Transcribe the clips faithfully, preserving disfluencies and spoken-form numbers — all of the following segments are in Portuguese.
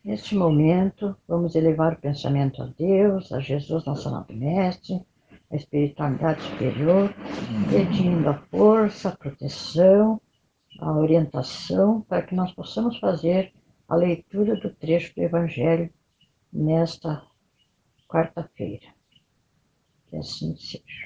Neste momento, vamos elevar o pensamento a Deus, a Jesus, nosso amado Mestre, a espiritualidade superior, pedindo a força, a proteção, a orientação, para que nós possamos fazer a leitura do trecho do Evangelho nesta quarta-feira. Que assim seja.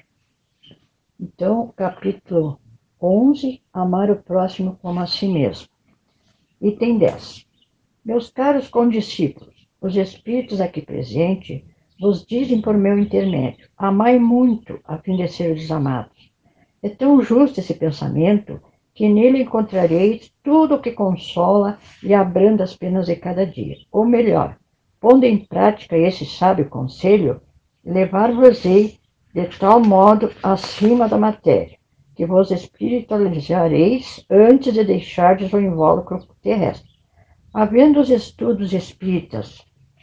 Então, capítulo onze, amar o próximo como a si mesmo. Item dez. Meus caros condiscípulos, os espíritos aqui presentes vos dizem por meu intermédio, amai muito a fim de seres amados. É tão justo esse pensamento que nele encontrareis tudo o que consola e abranda as penas de cada dia. Ou melhor, pondo em prática esse sábio conselho, levar-vos-ei de tal modo acima da matéria, que vos espiritualizareis antes de deixardes o invólucro terrestre. Havendo os estudos espíritas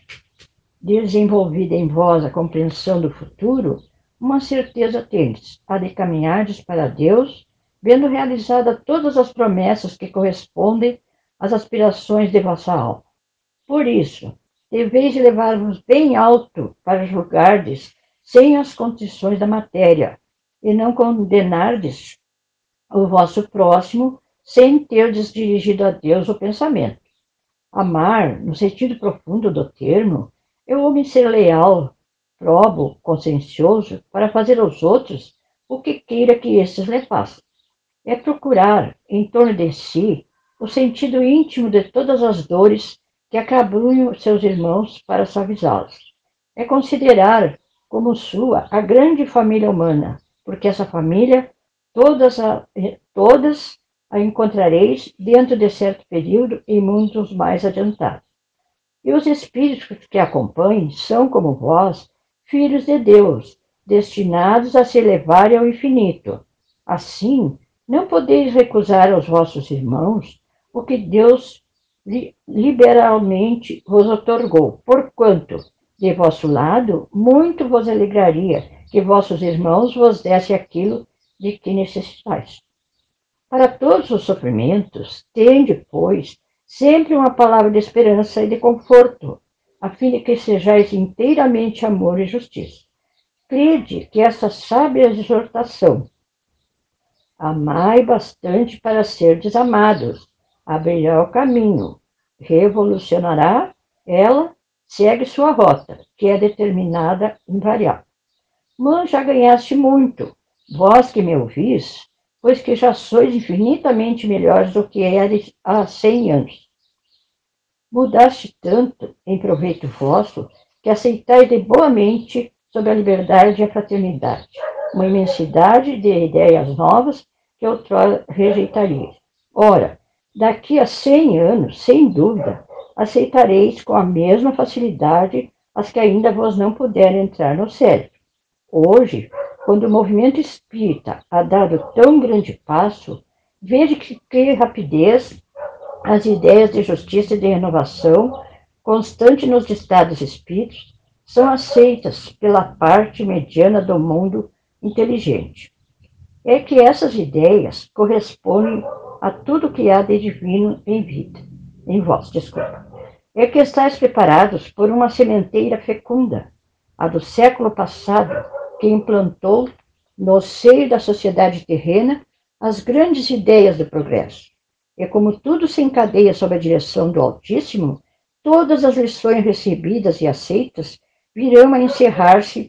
desenvolvida em vós a compreensão do futuro, uma certeza tendes, a de caminhardes para Deus, vendo realizada todas as promessas que correspondem às aspirações de vossa alma. Por isso, deveis levar-vos bem alto para julgardes sem as condições da matéria, e não condenardes o vosso próximo sem terdes dirigido a Deus o pensamento. Amar, no sentido profundo do termo, é o homem ser leal, probo, consciencioso, para fazer aos outros o que queira que estes lhe façam. É procurar, em torno de si, o sentido íntimo de todas as dores que acabrunham seus irmãos para suavizá-los. É considerar como sua a grande família humana, porque essa família, todas, a, todas a encontrareis dentro de certo período em mundos mais adiantados. E os espíritos que acompanhem são, como vós, filhos de Deus, destinados a se elevarem ao infinito. Assim, não podeis recusar aos vossos irmãos o que Deus liberalmente vos otorgou, porquanto, de vosso lado, muito vos alegraria que vossos irmãos vos dessem aquilo de que necessitais. Para todos os sofrimentos, tende, pois, sempre uma palavra de esperança e de conforto, a fim de que sejais inteiramente amor e justiça. Crede que essa sábia exortação, amai bastante para serdes amados, abrirá o caminho, revolucionará, ela segue sua rota, que é determinada invariável. Mas já ganhaste muito, vós que me ouvis, pois que já sois infinitamente melhores do que eres há cem anos. Mudaste tanto em proveito vosso, que aceitais de boa mente sob a liberdade e a fraternidade, uma imensidade de ideias novas que outrora rejeitarias. Ora, daqui a cem anos, sem dúvida, aceitareis com a mesma facilidade as que ainda vos não puderam entrar no cérebro. Hoje, quando o movimento espírita ha dado tão grande passo, veja que, que rapidez as ideias de justiça e de renovação, constante nos estados espíritos, são aceitas pela parte mediana do mundo inteligente. É que essas ideias correspondem a tudo que há de divino em vida, em vós, desculpa. É que estáis preparados por uma sementeira fecunda, a do século passado, que implantou no seio da sociedade terrena as grandes ideias do progresso. E como tudo se encadeia sob a direção do Altíssimo, todas as lições recebidas e aceitas virão a encerrar-se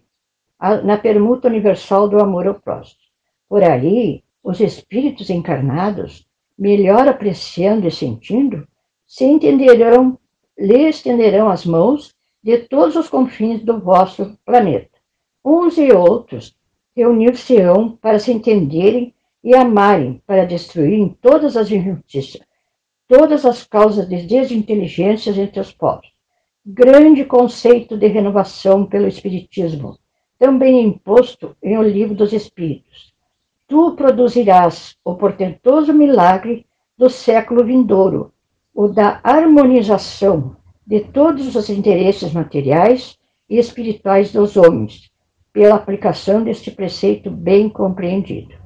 na permuta universal do amor ao próximo. Por aí, os espíritos encarnados, melhor apreciando e sentindo, se entenderão, lhe estenderão as mãos de todos os confins do vosso planeta. Uns e outros reunir-se-ão para se entenderem e amarem para destruírem todas as injustiças, todas as causas de desinteligências entre os povos. Grande conceito de renovação pelo Espiritismo, também imposto em O Livro dos Espíritos. Tu produzirás o portentoso milagre do século vindouro, o da harmonização de todos os interesses materiais e espirituais dos homens, pela aplicação deste preceito bem compreendido.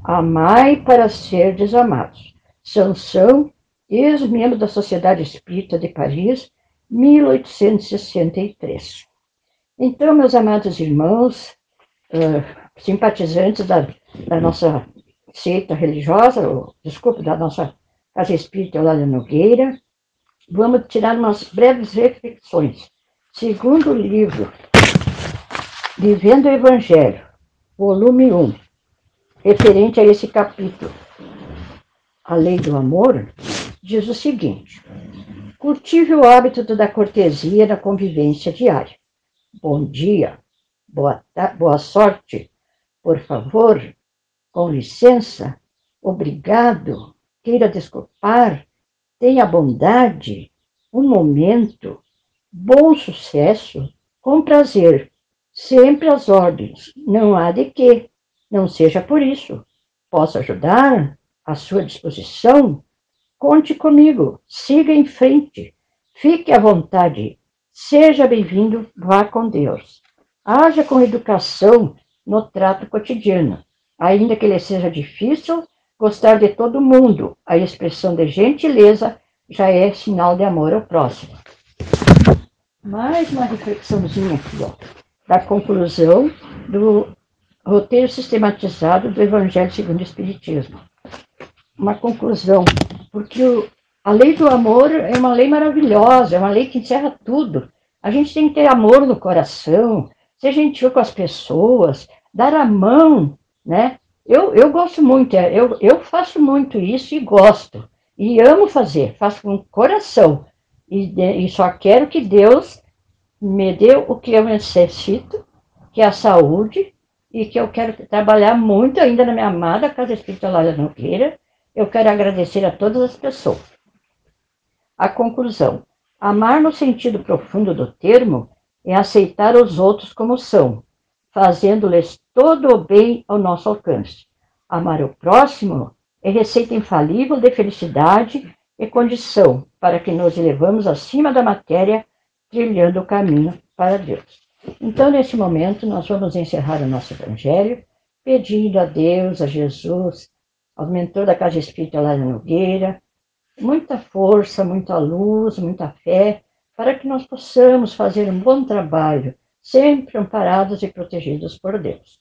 Amai para serdes amados. Sansão, ex-membro da Sociedade Espírita de Paris, mil oitocentos e sessenta e três. Então, meus amados irmãos, uh, simpatizantes da, da nossa seita religiosa, ou, desculpe, da nossa Casa Espírita Eulália Nogueira, vamos tirar umas breves reflexões. Segundo o livro Vivendo o Evangelho, volume um, referente a esse capítulo, A Lei do Amor, diz o seguinte: cultive o hábito da cortesia na convivência diária. Bom dia, boa, boa sorte, por favor, com licença, obrigado, queira desculpar, tenha bondade, um momento, bom sucesso, com prazer, sempre às ordens, não há de quê, não seja por isso. Posso ajudar? À sua disposição? Conte comigo, siga em frente, fique à vontade, seja bem-vindo, vá com Deus. Haja com educação no trato cotidiano, ainda que ele seja difícil, gostar de todo mundo, a expressão de gentileza já é sinal de amor ao próximo. Mais uma reflexãozinha aqui, ó, da conclusão do roteiro sistematizado do Evangelho segundo o Espiritismo. Uma conclusão, porque o, a lei do amor é uma lei maravilhosa, é uma lei que encerra tudo. A gente tem que ter amor no coração, ser gentil com as pessoas, dar a mão, né? Eu, eu gosto muito, eu, eu faço muito isso e gosto, e amo fazer, faço com o coração, e, de, e só quero que Deus me dê o que eu necessito, que é a saúde, e que eu quero trabalhar muito ainda na minha amada Casa Espírita Eulália Nogueira. Eu quero agradecer a todas as pessoas. A conclusão: amar no sentido profundo do termo é aceitar os outros como são, fazendo-lhes todo o bem ao nosso alcance. Amar o próximo é receita infalível de felicidade e condição para que nos elevamos acima da matéria, trilhando o caminho para Deus. Então, nesse momento, nós vamos encerrar o nosso Evangelho, pedindo a Deus, a Jesus, ao mentor da Casa Espírita Eulália Nogueira, muita força, muita luz, muita fé, para que nós possamos fazer um bom trabalho, sempre amparados e protegidos por Deus.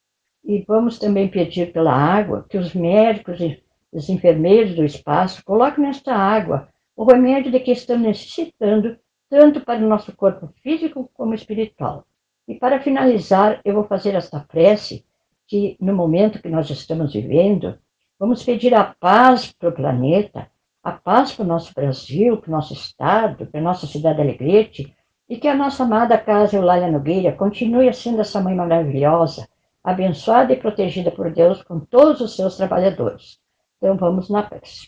E vamos também pedir pela água, que os médicos e os enfermeiros do espaço coloquem nesta água o remédio de que estamos necessitando, tanto para o nosso corpo físico como espiritual. E para finalizar, eu vou fazer esta prece, que no momento que nós estamos vivendo, vamos pedir a paz para o planeta, a paz para o nosso Brasil, para o nosso estado, para a nossa cidade Alegrete, e que a nossa amada Casa Eulália Nogueira continue sendo essa mãe maravilhosa, abençoada e protegida por Deus com todos os seus trabalhadores. Então vamos na prece.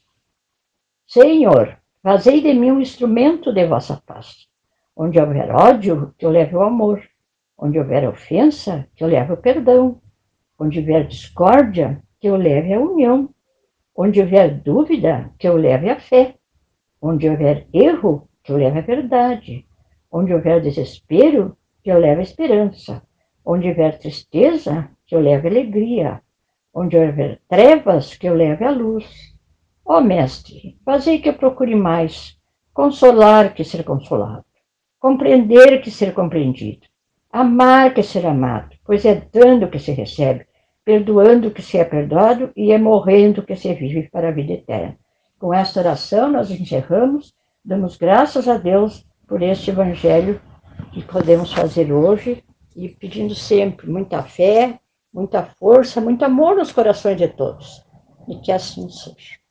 Senhor, fazei de mim um instrumento de vossa paz. Onde houver ódio, que eu leve o amor. Onde houver ofensa, que eu leve o perdão. Onde houver discórdia, que eu leve a união. Onde houver dúvida, que eu leve a fé. Onde houver erro, que eu leve a verdade. Onde houver desespero, que eu leve a esperança. Onde houver tristeza, que eu leve a alegria. Onde houver trevas, que eu leve a luz. Ó Mestre, fazei que eu procure mais consolar que ser consolado, compreender que ser compreendido, amar que ser amado, pois é dando que se recebe, perdoando que se é perdoado e é morrendo que se vive para a vida eterna. Com esta oração nós encerramos, damos graças a Deus por este Evangelho que podemos fazer hoje e pedindo sempre muita fé, muita força, muito amor nos corações de todos. E que assim seja.